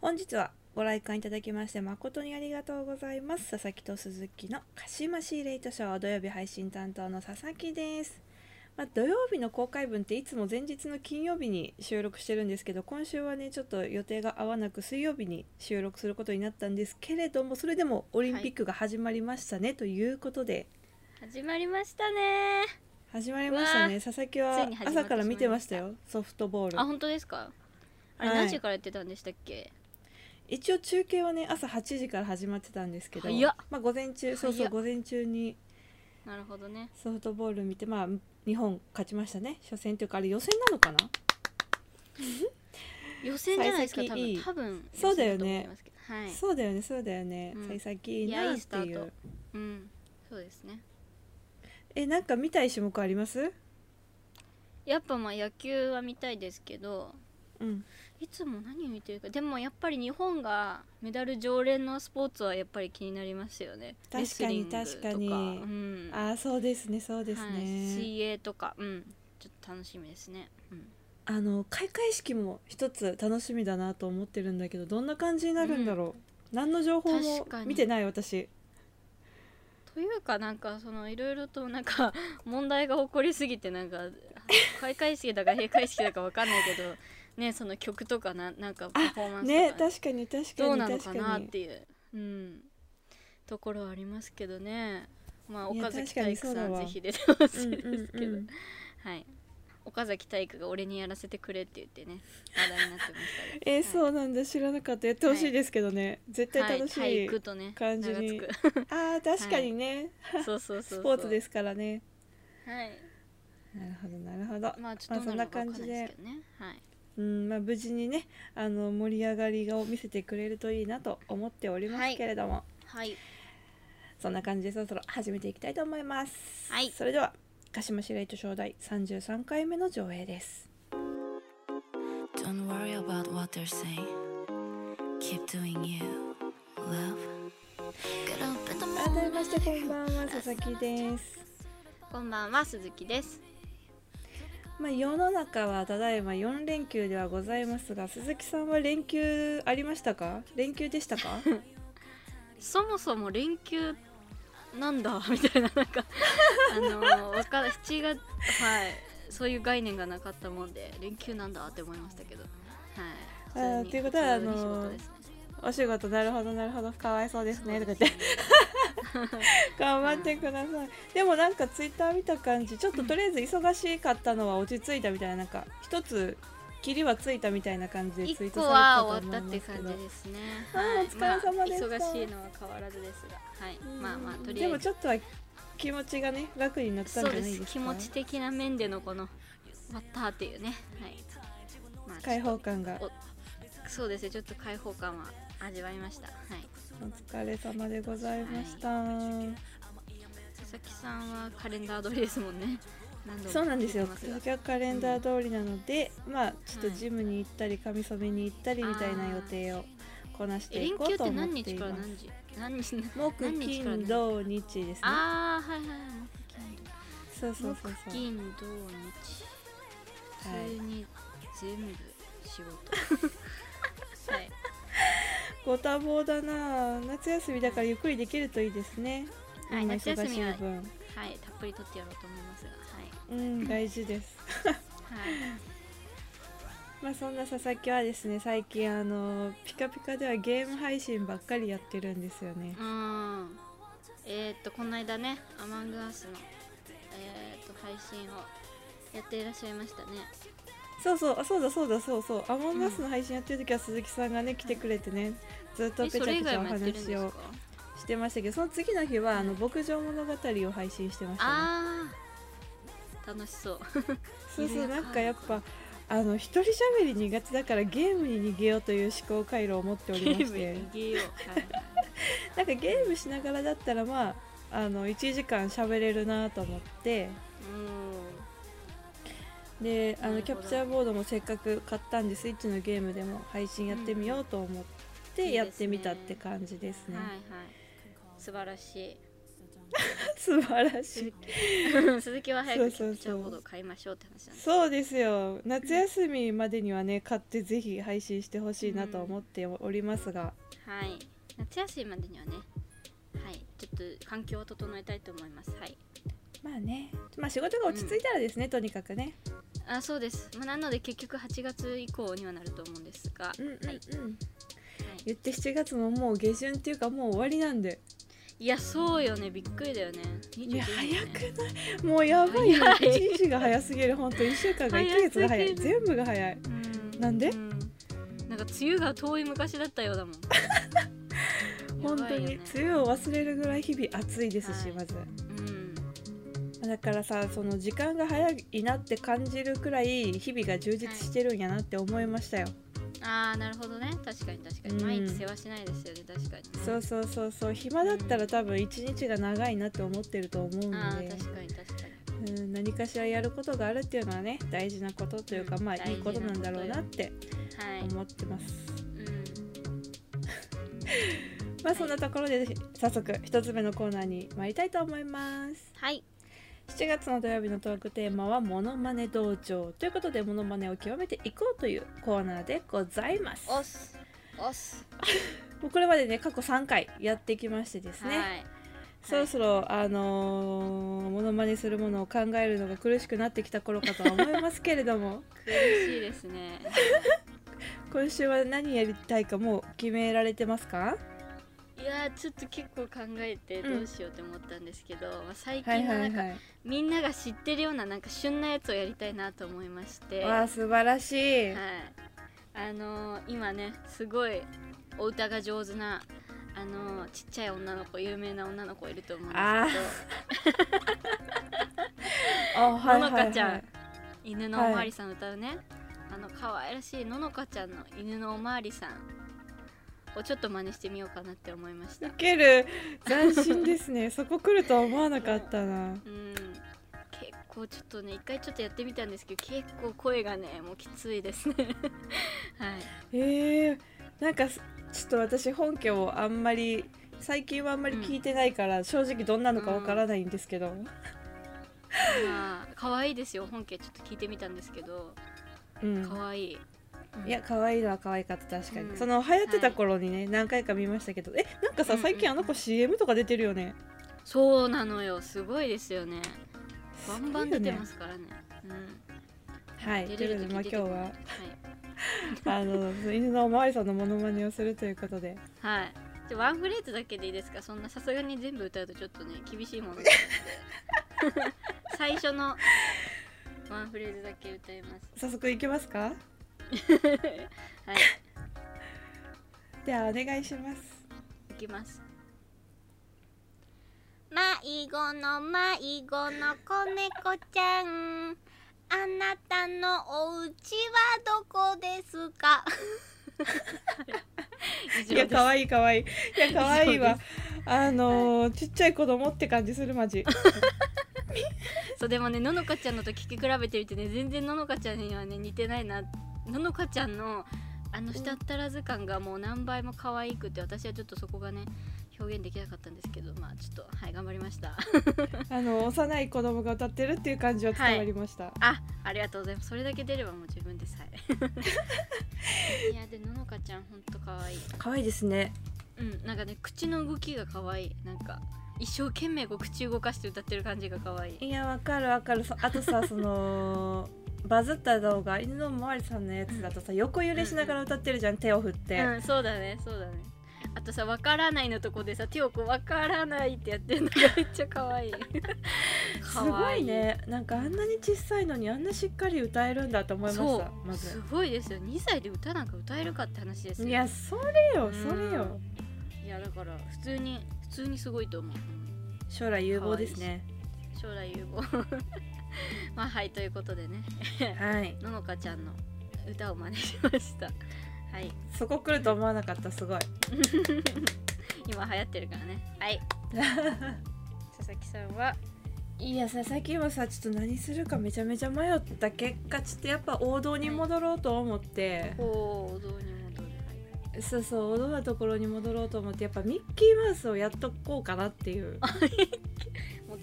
本日はご来館いただきまして誠にありがとうございます。佐々木と鈴木のかしましレイトショー、土曜日配信担当の佐々木です。土曜日の公開分っていつも前日の金曜日に収録してるんですけど、今週はねちょっと予定が合わなく水曜日に収録することになったんですけれども、それでもオリンピックが始まりましたね、ということで始まりましたね。 始まりましたね。佐々木は朝から見てましたよ、ソフトボール。 あ、本当ですか？あれ何時からやってたんでしたっけ？ 一応中継はね朝8時から始まってたんですけど、午前中、午前中になるほどね、 ソフトボール見て、日本勝ちましたね。初戦というかあれ予選なのかな予選じゃないですか、多分そうだよね、 はい、 そうだよね、幸先いいなっていう。 そうですね。 なんか見たい種目あります？ やっぱ野球は見たいですけど、いつも何を見てるか。でもやっぱり日本がメダル常連のスポーツはやっぱり気になりますよね。 確かに確かに、そうですね、 水泳とか、ちょっと楽しみですね。 開会式も一つ楽しみだなと思ってるんだけど、どんな感じになるんだろう。何の情報も見てない私。 というかいろいろと問題が起こりすぎて、開会式だか閉会式だか分かんないけどね、その曲とかパフォーマンスとかね、確かにどうなのかなっていう、ところはありますけどね。岡崎体育さんぜひ出てほしいですけど、はい、岡崎体育が俺にやらせてくれって言ってね話題になってましたね。 そうなんだ、知らなかった。やってほしいですけどね、絶対楽しい感じに、確かにねスポーツですからね。 はい、 なるほどなるほど。そんな感じで、無事にね盛り上がりを見せてくれるといいなと思っておりますけれども、そんな感じでそろそろ始めていきたいと思います。それでは鹿島市レイトショー第33回目の上映です。 Don't worry about what they're saying. Keep doing you, love. 改めましてこんばんは、佐々木です。 こんばんは、鈴木です。 世の中はただいま4連休ではございますが、鈴木さんは連休ありましたか？連休でしたか？ そもそも連休なんだみたいな、7月、そういう概念がなかったもんで連休なんだって思いましたけど、 ということはお仕事、なるほどなるほど、かわいそうですねとか言って頑張ってください。でもツイッター見た感じ、ちょっととりあえず忙しかったのは落ち着いたみたいな、一つ切りはついたみたいな感じでツイートされてたと思いますけど、1個は終わったって感じですね。 お疲れ様でした。忙しいのは変わらずですが、とりあえずでもちょっとは気持ちがね楽になったんじゃないですか？ そうです、気持ち的な面でのこの終わったっていうね、 開放感が、 そうですね、ちょっと開放感は味わいました。 お疲れ様でございました。佐 々木さんはカレンダー通りですもんね。 そうなんですよ、佐々木はカレンダー通りなので、ちょっとジムに行ったり髪染めに行ったりみたいな予定をこなしていこうと思っています。木金土日ですね。そう木金土日、普通に全部仕事ご多忙だな。夏休みだからゆっくりできるといいですね。 夏休みはたっぷり取ってやろうと思いますが、 大事ですそんな佐々木はですね、最近ピカピカではゲーム配信ばっかりやってるんですよね。 この間ね、アマングアスの、配信をやっていらっしゃいましたね。 そうだ、アマングアスの配信やってる時は鈴木さんがね来てくれてね、ずっとペチャペチャお話をしてましたけど、その次の日は牧場物語を配信してましたね。 楽しそうやっぱ一人喋り苦手だからゲームに逃げようという思考回路を持っておりまして、ゲームしながらだったら1時間喋れるなと思って、でキャプチャーボードもせっかく買ったんで、スイッチのゲームでも配信やってみようと思ってやってみたって感じですね。 素晴らしい。 素晴らしい。 鈴木は早くキャプチャーボードを買いましょうって話なんです。 そうですよ。夏休みまでにはね買ってぜひ配信してほしいなと思っておりますが、 はい、夏休みまでにはね、はい、ちょっと環境を整えたいと思います。はい。 まあね、まあ仕事が落ち着いたらですね、とにかくね。 あ、そうです。まあ、なので結局8月以降にはなると思うんですが、はい、 言って7月ももう下旬っていうかもう終わりなんで。 いやそうよね、びっくりだよね。 いや早くない？もうやばいよ。1日が早すぎる。ほんと1週間が1ヶ月が早い。全部が早い。なんで？ なんか梅雨が遠い昔だったようだもん。 本当に梅雨を忘れるぐらい日々暑いですし、まず。だからさ、その時間が早いなって感じるくらい日々が充実してるんやなって思いましたよ。 ああ、なるほどね。確かに確かに、毎日世話しないですよね。確かに、 そうそうそうそう。暇だったら多分一日が長いなって思ってると思うんで、 あ、確かに確かに、何かしらやることがあるっていうのはね、大事なことというか、まあいいことなんだろうなって思ってます。まあそんなところで早速一つ目のコーナーに参りたいと思います。 はい。 7月の土曜日のトークテーマはモノマネ道場ということで、モノマネを極めていこうというコーナーでございます。 おすおすもうこれまでね過去3回やってきましてですね、はい、そろそろモノマネするものを考えるのが苦しくなってきた頃かとは思いますけれども苦しいですね。 今週は何やりたいかもう決められてますか？ いやちょっと結構考えてどうしようって思ったんですけど、最近はなんか、みんなが知ってるようななんか旬なやつをやりたいなと思いまして。 わあ素晴らしい。 はい、今ねすごいお歌が上手なちっちゃい女の子、有名な女の子いると思うんですけどののかちゃん、犬のおまわりさん歌うね、可愛らしいののかちゃんの犬のおまわりさんをちょっと真似してみようかなって思いました。 ウケる、斬新ですね。そこ来るとは思わなかったな。 結構ちょっとね一回ちょっとやってみたんですけど、結構声がねもうきついですね。はい。 なんかちょっと私本家をあんまり最近はあんまり聞いてないから、正直どんなのかわからないんですけど、 まあ可愛いですよ。本家ちょっと聞いてみたんですけど、可愛い。 いや可愛いのは可愛かった。確かに、その流行ってた頃にね、何回か見ましたけど、なんかさ、最近あの子 CM とか出てるよね。 そうなのよ、すごいですよね。バンバン出てますからね。 はい、ということで、今日は犬のおまわりさんのモノマネをするということで、 はい。ワンフレーズだけでいいですか？そんなさすがに全部歌うとちょっとね厳しいものなので最初のワンフレーズだけ歌います。 早速いきますか？はい。ではお願いします。 いきます。迷子の迷子の子猫ちゃん、あなたのお家はどこですか？ いや可愛い可愛い。いや可愛いわ。ちっちゃい子供って感じするマジ。 そうでもね、ののかちゃんのと聞き比べてみてね、全然ののかちゃんにはね似てないな。ののかちゃんのしたったらず感がもう何倍も可愛くて、私はちょっとそこがね表現できなかったんですけど、まあちょっとはい頑張りました。 幼い子供が歌ってるっていう感じは伝わりました。 ありがとうございます。それだけ出ればもう自分でさえ。いやでののかちゃんほんと可愛い。 可愛いですね。 なんかね口の動きが可愛い。なんか一生懸命こう口動かして歌ってる感じが可愛い。 いやわかるわかる。あとさそのバズった動画、犬のおまわりさんのやつだとさ、横揺れしながら歌ってるじゃん、手を振って。 そうだねそうだね。あとさ、わからないのとこでさ、手をこうわからないってやってるのがめっちゃ可愛い。 すごいね。なんかあんなに小さいのにあんなしっかり歌えるんだと思いました。まずすごいですよ。2歳で歌なんか歌えるかって話ですよ。 いやそれよそれよ。 いやだから普通にすごいと思う。 将来有望ですね。 将来有望。まあはいということでね。はい。ののかちゃんの歌を真似しました。はい。 そこ来ると思わなかった。すごい。 今流行ってるからね。はい。佐々木さんは。 いや佐々木はさ、ちょっと何するかめちゃめちゃ迷った結果、ちょっとやっぱ王道に戻ろうと思って、 王道に戻る。 そうそう、王道なところに戻ろうと思って、やっぱミッキーマウスをやっとこうかなっていう。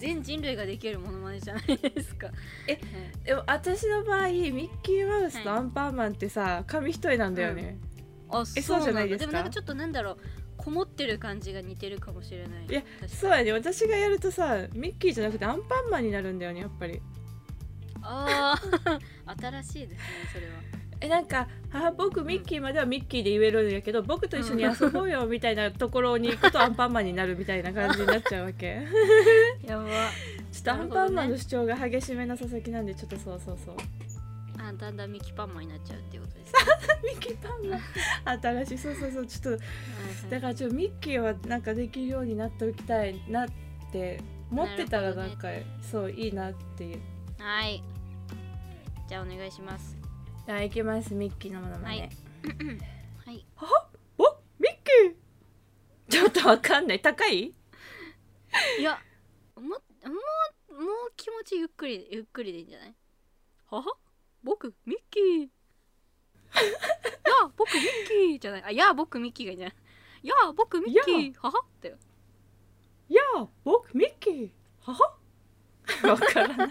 全人類ができるモノマネじゃないですか。 でも私の場合ミッキーマウスとアンパンマンってさ、紙一重なんだよね。 そうじゃないですか。 でもなんかちょっとなんだろう、こもってる感じが似てるかもしれない。 いやそうやね、私がやるとさミッキーじゃなくてアンパンマンになるんだよね、やっぱり。 新しいですね、それは。 なんか僕ミッキーまではミッキーで言えるんやけど、僕と一緒に遊ぼうよみたいなところに行くとアンパンマンになるみたいな感じになっちゃうわけ。 やば。 ちょっとアンパンマンの主張が激しめな佐々木なんで、ちょっとそうだんだんミキパンマンになっちゃうっていうことですミッキーパンマン新しい、そうちょっとだからちょっとミッキーはなんかできるようになっておきたいなって思ってたら、なんかそういいなっていう。 はい、じゃあお願いします。 じゃあいきます、ミッキーのものまね。 はい。 ミッキーちょっとわかんない。高い？ いや、もう気持ちゆっくりでいいんじゃない？僕ミッキー。僕ミッキーじゃない。僕ミッキーがいいんじゃない？僕ミッキー。だよ。 僕ミッキー。わからない。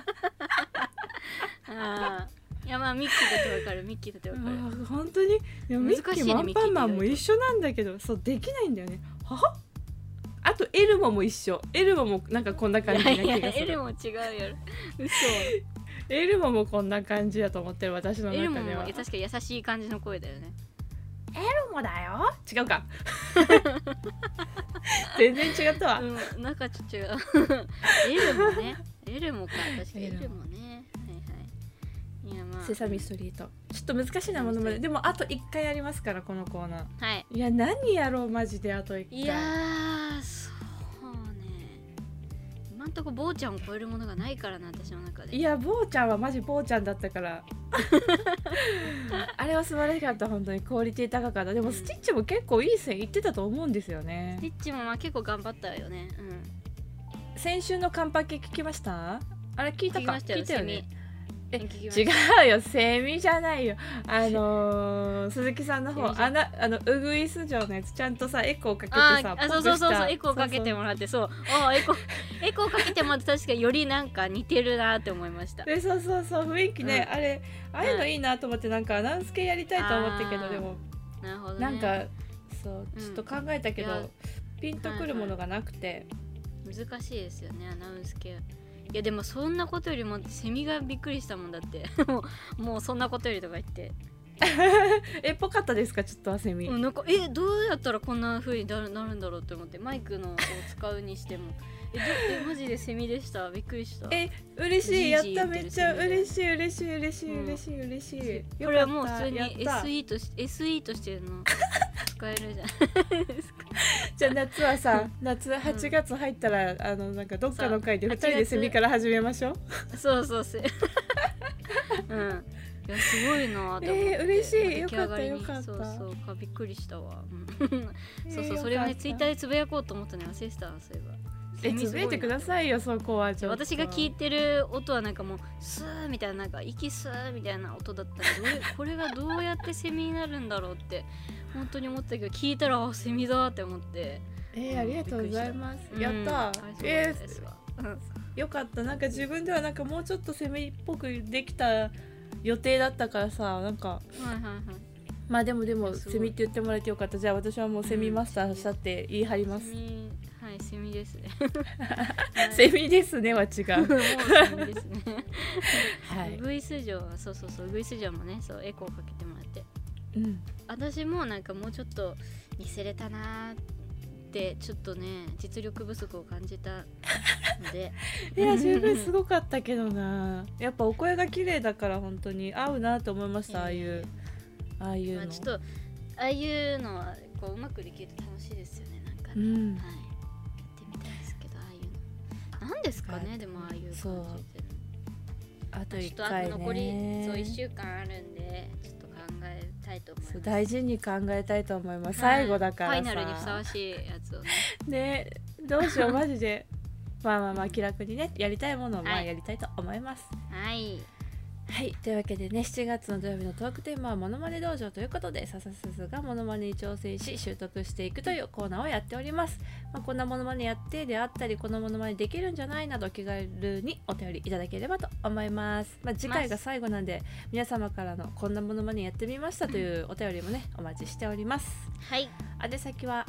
まあミッキーだってわかる。ミッキーだってわかる。 本当に？でもミッキーもアンパンマンも一緒なんだけど、そうできないんだよね。あとエルモも一緒。エルモもなんかこんな感じな気がする。 エルモ違うやろ。嘘。 エルモもこんな感じだと思ってる、私の中では。 エルモも確か優しい感じの声だよね。 エルモだよ。違うか。全然違ったわ。 なんかちょっと違う。エルモね。エルモか、確かにエルモね。いや、まあ、 セサミストリート。ちょっと難しいなものまで。でもあと1回やりますから、このコーナー。 はい。 いや、何やろうマジで、あと1回。 いやー、そうね。今んとこ坊ちゃんを超えるものがないからな、私の中で。 いや、坊ちゃんはマジ坊ちゃんだったから。あれは素晴らしかった、本当にクオリティ高かった。でもスティッチも結構いい線いってたと思うんですよね。 スティッチもまあ結構頑張ったよね。 先週のカンパケ聞きました？あれ聞いたか？聞いたよね。違うよ、セミじゃないよ。鈴木さんの方、ウグイス城のやつちゃんとさエコーかけてさ、 そうエコーかけてもらって、エコーかけてもらって確かによりなんか似てるなって思いました。 そう雰囲気ね、ああいうのいいなと思って、なんかアナウンス系やりたいと思ったけど、でもなるほど、ね、 なんかそうちょっと考えたけど、ピンとくるものがなくて、 難しいですよね、アナウンス系。いやでもそんなことよりもセミがびっくりしたもんだってもうそんなことよりとか言ってぽかったですか？ちょっとセミ、 なんかどうやったらこんな風になるんだろうって思って、マイクのを使うにしてもマジでセミでした。びっくりした。 嬉しい、やった、めっちゃ嬉しい。 これはもう普通に SE としての使えるじゃないですか。 じゃあ夏はさ、8月入ったらなんかどっかの回で2人でセミから始めましょう。 そういやすごいなって思って、 嬉しい、よかったそうびっくりしたわ。それをねツイッターでつぶやこうと思ったの忘れてた。そういえばつぶやいてくださいよ、そこは。 私が聞いてる音はなんかもうスーみたいな、なんか息スーみたいな音だったので、これがどうやってセミになるんだろうって本当に思ったけど、聞いたらセミだって思って、 ありがとうございます。やった。よかった。なんか自分ではなんかもうちょっとセミっぽくできた予定だったからさ、なんかまあでもセミって言ってもらえてよかった。じゃあ私はもうセミマスターしたって言い張ります。 セミですね。 セミですねは違う。もうセミですね。ウグイス城はウグイス城もね、そうエコーかけてもらって、私もなんかもうちょっと似せれたなってちょっとね実力不足を感じたので。 いや十分すごかったけどな。やっぱお声が綺麗だから本当に合うなと思いました。ああいうの。 ちょっとああいうのはこううまくできると楽しいですよね。なんかね。なんですかね、でもああいう感じで。 あと1回ね。 残り1週間あるんで、ちょっと考えたいと思います。 大事に考えたいと思います。最後だからさ。 ファイナルにふさわしいやつをね。どうしようマジで。まあ気楽にね、やりたいものをやりたいと思います。 はい。 はい、というわけでね、7月の土曜日のトークテーマはモノマネ道場ということで、笹鈴がモノマネに挑戦し習得していくというコーナーをやっております。こんなモノマネやってであったり、このモノマネできるんじゃないなど気軽にお便りいただければと思います。次回が最後なんで、皆様からのこんなモノマネやってみましたというお便りもね、お待ちしております。 はい。 宛先は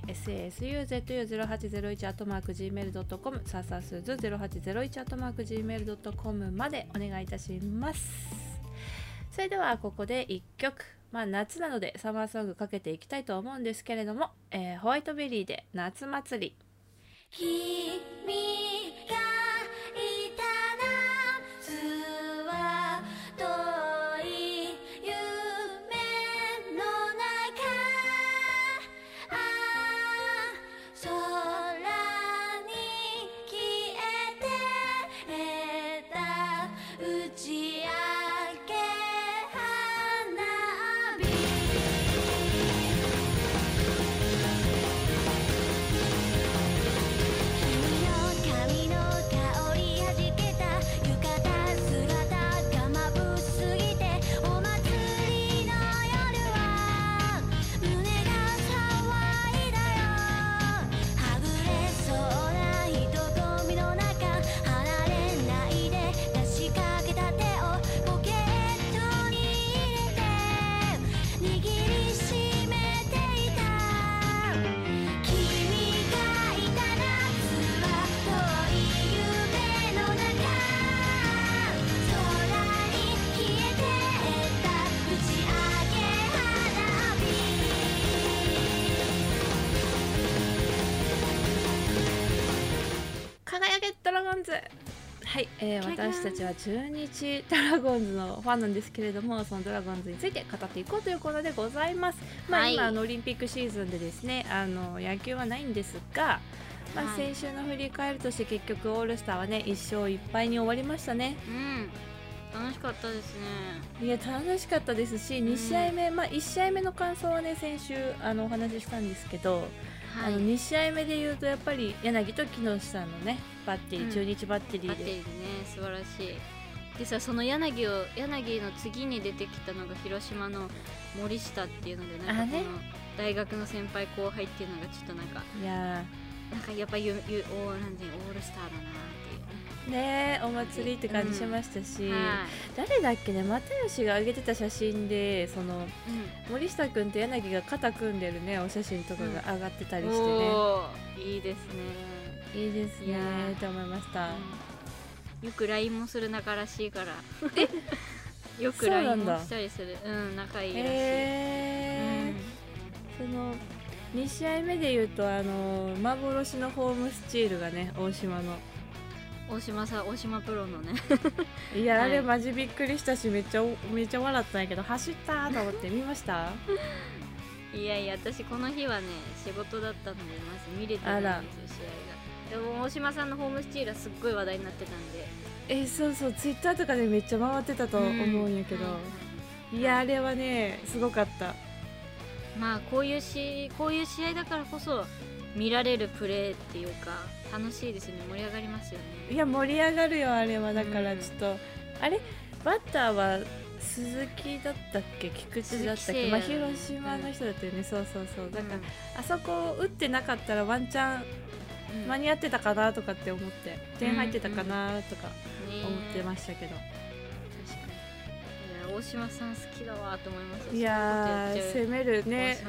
sasasuzu0801@gmail.com ささすず 0801@gmail.com までお願いいたします。それではここで1曲、夏なのでサマーソングかけていきたいと思うんですけれども、ホワイトベリーで夏祭り。 君がいた夏は遠い夢の中、空に消えてた打ち上げ花火、君の髪の香りはじけた浴衣姿がまぶしすぎて、お祭りの夜は胸が騒いだよ。はぐれそうな人混みの中、離れないで出しかけた手をポケットに入れて握りしめていた。君がいた夏は遠い夢の中、空に消えてた打ち上げ花火。 輝けドラゴンズ。はい、私たちは中日ドラゴンズのファンなんですけれども、そのドラゴンズについて語っていこうというコーナーでございます。 はい今オリンピックシーズンでですね、野球はないんですが、先週の振り返るとして結局オールスターはね1勝1敗に終わりましたね。 楽しかったですね。 いや楽しかったですし、2試合目、1試合目の感想はね先週お話ししたんですけど、2試合目で言うとやっぱり柳と木下のねバッテリー、中日バッテリーでバッテリーね、素晴らしい。でさ、その柳の次に出てきたのが広島の森下っていうので、なんかこの大学の先輩後輩っていうのがちょっとなんか、 いやなんかやっぱオールスターだなっていうね、お祭りって感じしましたし、誰だっけね、又吉が上げてた写真でその、森下君と柳が肩組んでるねお写真とかが上がってたりしてね、 いいですね、 いいですねって思いました。 よく LINE もする仲らしいからよく LINE もしたりする、仲いいらしい。 その2試合目で言うと幻のホームスチールがね、大島プロのねいや、あれマジびっくりしたし、めっちゃ笑ったんやけど、走ったーと思って見ましたいやいや、私この日はね仕事だったのでまず見れてないんですよ、試合が。でも大島さんのホームスチールはすっごい話題になってたんで、 そうそう、ツイッターとかでめっちゃ回ってたと思うんやけど、いや、あれはねすごかった。 こういう試合だからこそ見られるプレーっていうか楽しいですよね、盛り上がりますよね。 いや盛り上がるよ、あれは。だからちょっと、あれバッターは鈴木だったっけ、菊池だったっけ、広島の人だったよね、そうそうそう。だから、あそこ打ってなかったらワンチャン間に合ってたかなとかって思って、点入ってたかなとか思ってましたけど、 確かに。いや、大島さん好きだわと思いました。 いやー、攻めるね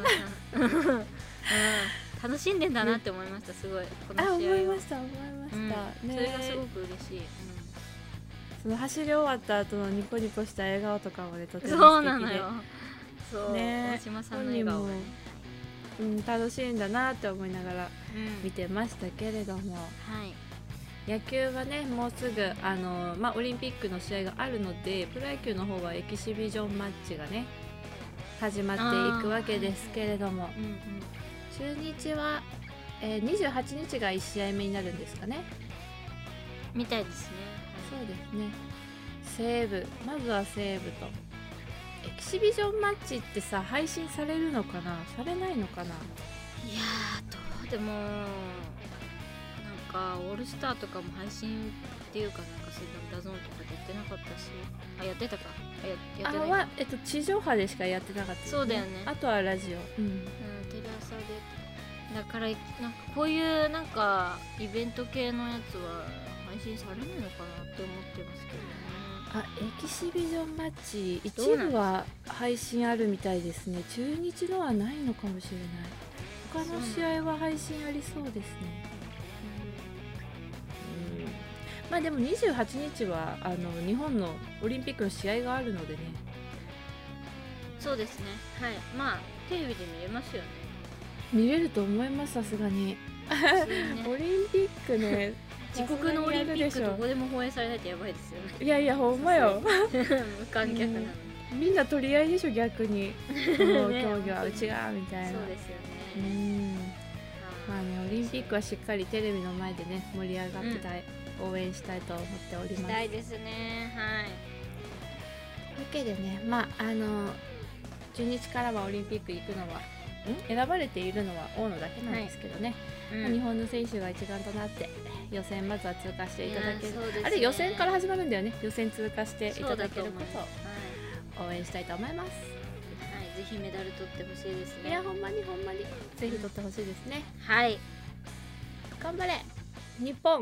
楽しんでんだなって思いました、すごいこの試合を。 思いました、ね、 それがすごく嬉しい。 その走り終わった後のニコニコした笑顔とかもね、とても素敵で、 そうなのよ、そう、 ね、 大島さんの笑顔がね、 楽しいんだなって思いながら見てましたけれども、野球はねもうすぐオリンピックの試合があるので、プロ野球の方はエキシビジョンマッチがね始まっていくわけですけれども、中日は、28日が1試合目になるんですかね、 みたいですね。 そうですね。西武、まずは西武と。エキシビジョンマッチってさ、配信されるのかな、されないのかな。 いやー、どうでもなんかオールスターとかも配信っていうかなんかそんなダゾーンとかでやってなかったし、やってたか、やってあないか、 は、地上波でしかやってなかった、 そうだよね、 あとはラジオ、 テレ朝でだからなんかこういうなんかイベント系のやつは配信されないのかなって思ってますけどね。 エキシビジョンマッチ一部は配信あるみたいですね。中日のはないのかもしれない。他の試合は配信ありそうですね。まあでも28日は日本のオリンピックの試合があるのでね。 そうですね、はい、まあテレビで見れますよね。 見れると思います、さすがに、 ね、 オリンピックね自国のオリンピックどこでも放映されないとやばいですよね。 いやいやほんまよ無観客なの、 みんな取り合いでしょ逆にこの競技はうちがみたいな。 そうですよね。 まあね、オリンピックはしっかりテレビの前でね盛り上がってたい、応援したいと思っております。 したいですね。はい。 というわけでね、まあ中日からはオリンピック行くのは選ばれているのは大野だけなんですけどね、日本の選手が一丸となって予選まずは通過していただける、ね、あれ予選から始まるんだよね。予選通過していただけることを応援したいと思います。 はい、ぜひメダル取ってほしいですね。 いやほんまにほんまにぜひ取ってほしいですね。 はい、 頑張れ日本。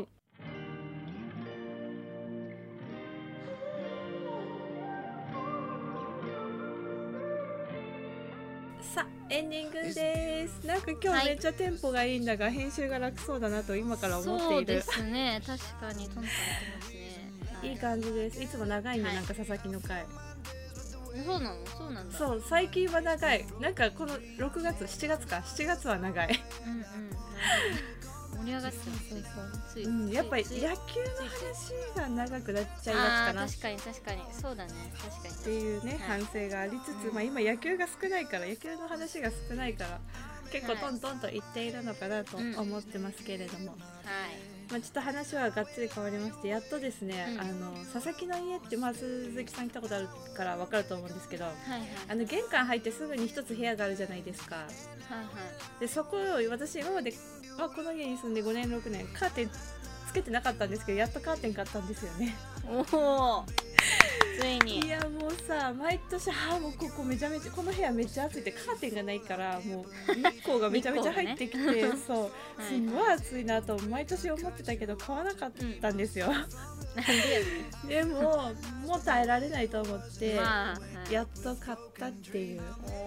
さあエンディングです。なんか今日めっちゃテンポがいいんだが、編集が楽そうだなと今から思っている。 そうですね、確かにトントンやってますね。 いい感じです。いつも長いんで、なんか佐々木の回。 そうなの？そうなんだ。 そう、最近は長い。なんかこの6月、7月か、7月は長い。 盛り上がってますね。やっぱり野球の話が長くなっちゃいますかな。 確かに確かに、そうだね、確かに。 っていうね、反省がありつつ、まあ今野球が少ないから、野球の話が少ないから、結構トントンと言っているのかなと思ってますけれども。はい。まあ、ちょっと話はがっつり変わりまして、やっとですね、佐々木の家って、まあ、鈴木さん来たことあるから分かると思うんですけど、玄関入ってすぐに一つ部屋があるじゃないですか。でそこを私今まで、この家に住んで5年6年カーテンつけてなかったんですけど、やっとカーテン買ったんですよね。 おおついに。 いやもうさ、毎年もうここめちゃめちゃ、この部屋めっちゃ暑いって、カーテンがないからもう日光がめちゃめちゃ入ってきて、ね、そうすんごい暑いなと毎年思ってたけど買わなかったんですよ。でももう耐えられないと思って、やっと買ったっていう。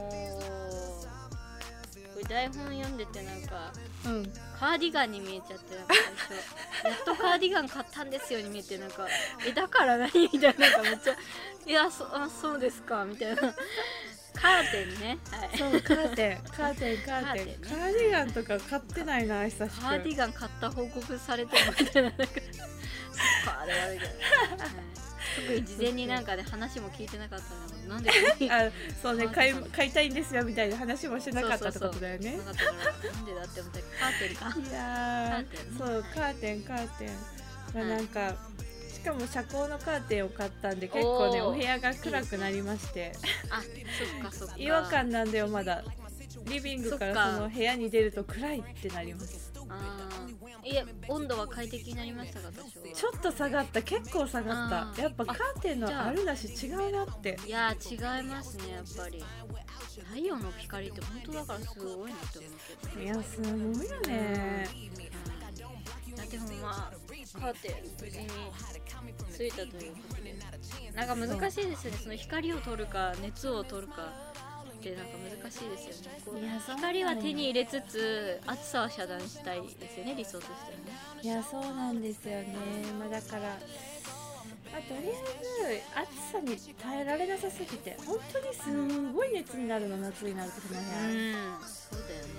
台本読んでてなんか、カーディガンに見えちゃって、なんか最初やっとカーディガン買ったんですよに見えて、なんかだから何みたいな、なんかめっちゃいやそうですかみたいな。カーテンね、はい、そうカーテンカーディガンとか買ってないな、久しぶり。 カーディガン買った報告されてるみたいな、なんかそっかで悪いけど、特に事前になんかで話も聞いてなかったの。なんでそうね、買いたいんですよみたいな話もしてなかったってことだよね。 なんでだって思ったカーテンか。 いやそうカーテンまあなんかしかも遮光のカーテンを買ったんで、結構ねお部屋が暗くなりまして、 そっか違和感なんだよまだ。リビングからその部屋に出ると暗いってなります。 いや温度は快適になりましたか？多少ちょっと下がった、結構下がった。やっぱカーテンのあるなし違うなって。 いや違いますね、やっぱり太陽の光って本当だからすごいなって思うけど。 いやすごいよね。 でもまあカーテン無事についたということで、なんか難しいですよね、その光を取るか熱を取るかってなんか難しいですよね。光は手に入れつつ暑さは遮断したいですよね、理想としてはね。 いやそうなんですよね。まあだから、とりあえず暑さに耐えられなさすぎて、本当にすごい熱になるの、夏になるとこの部屋。 そうだよね。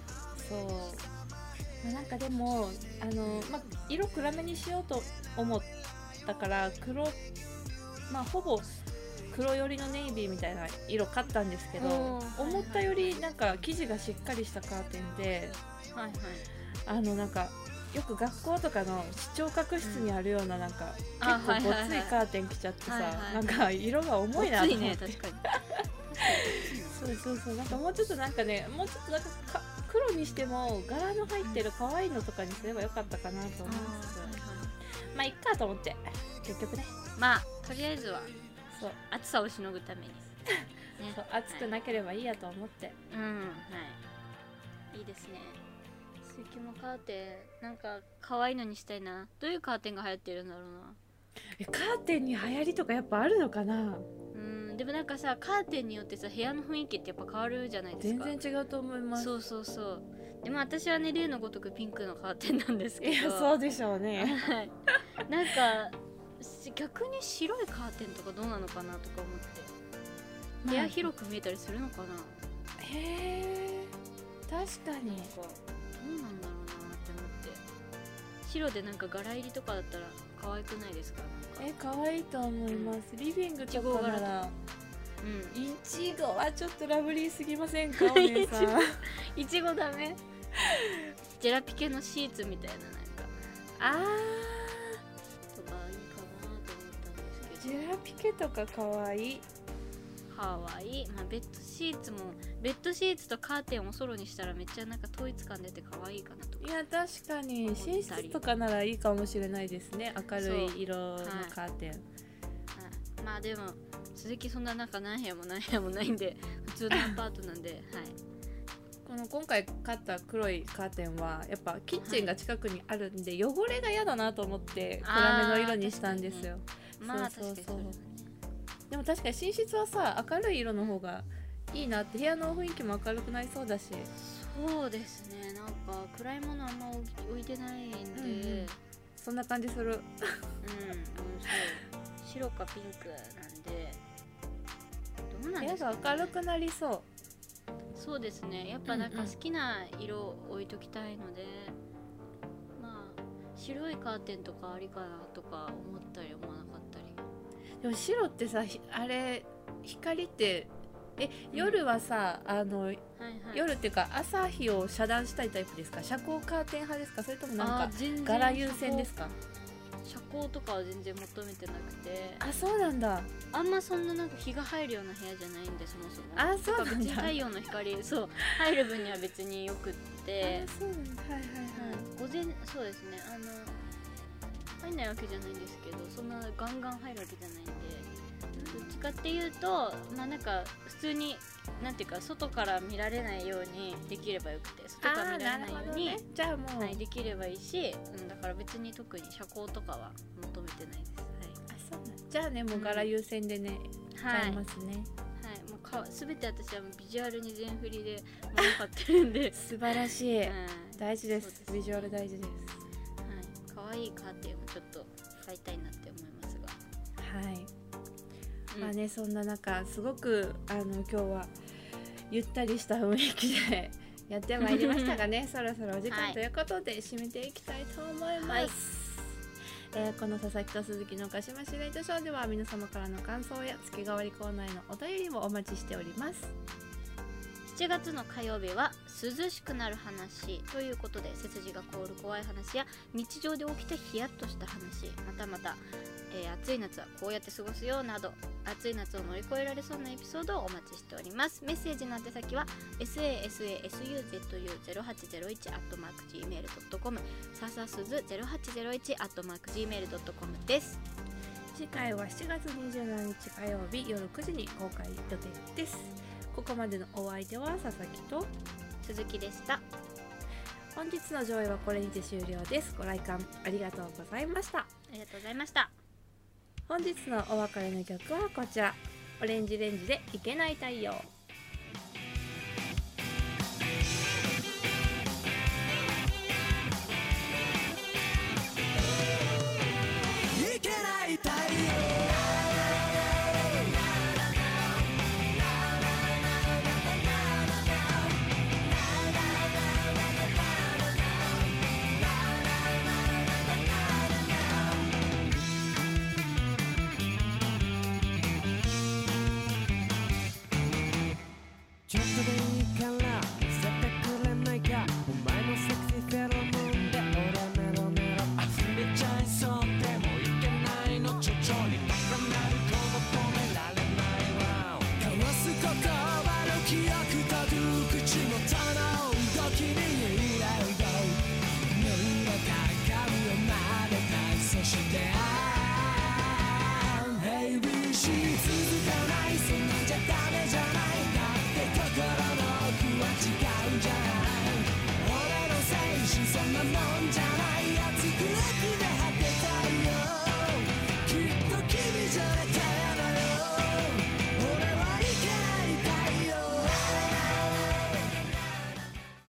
そう、なんかでも色暗めにしようと思ったからほぼ黒寄りのネイビーみたいな色買ったんですけど、思ったよりなんか生地がしっかりしたカーテンで、なんかよく学校とかの視聴覚室にあるような、なんか結構ごついカーテン着ちゃってさ、なんか色が重いなと思って。 確かにそうなんかもうちょっとなんかね、もうちょっとなんか黒にしても柄の入ってる可愛いのとかにすればよかったかなと思いつつ、 まあいっかと思って結局ね。 まあとりあえずはそう暑さをしのぐために、ね、 そう暑くなければいいやと思って、 うんはいいいですね。鈴木もカーテンなんか可愛いのにしたいな。どういうカーテンが流行ってるんだろうな。 カーテンに流行りとかやっぱあるのかな。 でもなんかさカーテンによってさ部屋の雰囲気ってやっぱ変わるじゃないですか。 全然違うと思います。 そうそうそう。でも私はね例のごとくピンクのカーテンなんですけど。 いやそうでしょうねはいなんか逆に白いカーテンとかどうなのかなとか思って、部屋広く見えたりするのかな。 へえ確かになんかどうなんだろうなって思って。白でなんか柄入りとかだったら可愛くないですか。なんか可愛いと思います。リビングとかならいちごはちょっとラブリーすぎませんかお姉さんいちごダメジェラピケのシーツみたいななんかあとかいいかなと思ったんですけど。 ジェラピケとかかわいい。 かわいい。まあベッドシーツとカーテンをおそろにしたらめっちゃなんか統一感出てかわいいかなとか。 いや確かに寝室とかならいいかもしれないですね。明るい色のカーテン、 まあでも鈴木そんななんか何部屋もないんで普通のアパートなんではいこの今回買った黒いカーテンはやっぱキッチンが近くにあるんで、汚れが嫌だなと思って暗めの色にしたんですよ。 まあ確かにそうでも確かに寝室はさ明るい色の方がいいなって。部屋の雰囲気も明るくなりそうだし。 そうですね。なんか暗いものあんま置いてないんで、 そんな感じするそう白かピンクなんでどうなんですか、ね、 部屋が明るくなりそう。 そうですね。やっぱなんか好きな色を置いときたいので、まあ白いカーテンとかありかなとか思ったり思わなかったり。 でも白ってさあれ光って夜はさ夜っていうか朝日を遮断したいタイプですか。遮光カーテン派ですか、それともなんか柄優先ですか。 遮光とかは全然求めてなくて。 あそうなんだ。 あんまそんななんか日が入るような部屋じゃないんでそもそも。 あそうなんだ。 別に太陽の光そう入る分には別によくって。 あそうなんだ。はいはいはい。 午前そうですね入んないわけじゃないんですけどそんなガンガン入るわけじゃないんで、どっちかっていうとまあなんか普通になんていうか外から見られないようにできればよくて、外から見られないように、 じゃあもう、 はい、できればいいし、だから別に特に遮光とかは求めてないです。 はい、そうなんじゃあねもう柄優先でね、買いますね。 はい、もう全て私はビジュアルに全振りで物買ってるんで素晴らしい、大事です。ビジュアル大事です。 可愛いカーテンをちょっと買いたいなって思いますが、 はい、まあねそんな中すごく今日はゆったりした雰囲気でやってまいりましたがねそろそろお時間ということで締めていきたいと思います。この佐々木と鈴木の鹿島市レイトショーでは皆様からの感想や月替わりコーナーへのお便りもお待ちしております。 7月の火曜日は涼しくなる話ということで、背筋が凍る怖い話や日常で起きたヒヤッとした話、また、暑い夏はこうやって過ごすよなど暑い夏を乗り越えられそうなエピソードをお待ちしております。メッセージの宛先は sasasuzu01@gmail.com ささすず 0801@gmail.com です。 次回は7月27日火曜日夜9時に公開予定です。ここまでのお相手は佐々木と鈴木でした。 本日の上映はこれにて終了です。ご来館ありがとうございました。 ありがとうございました。 本日のお別れの曲はこちら、オレンジレンジでいけない太陽。 いけない太陽んじゃない熱く駅で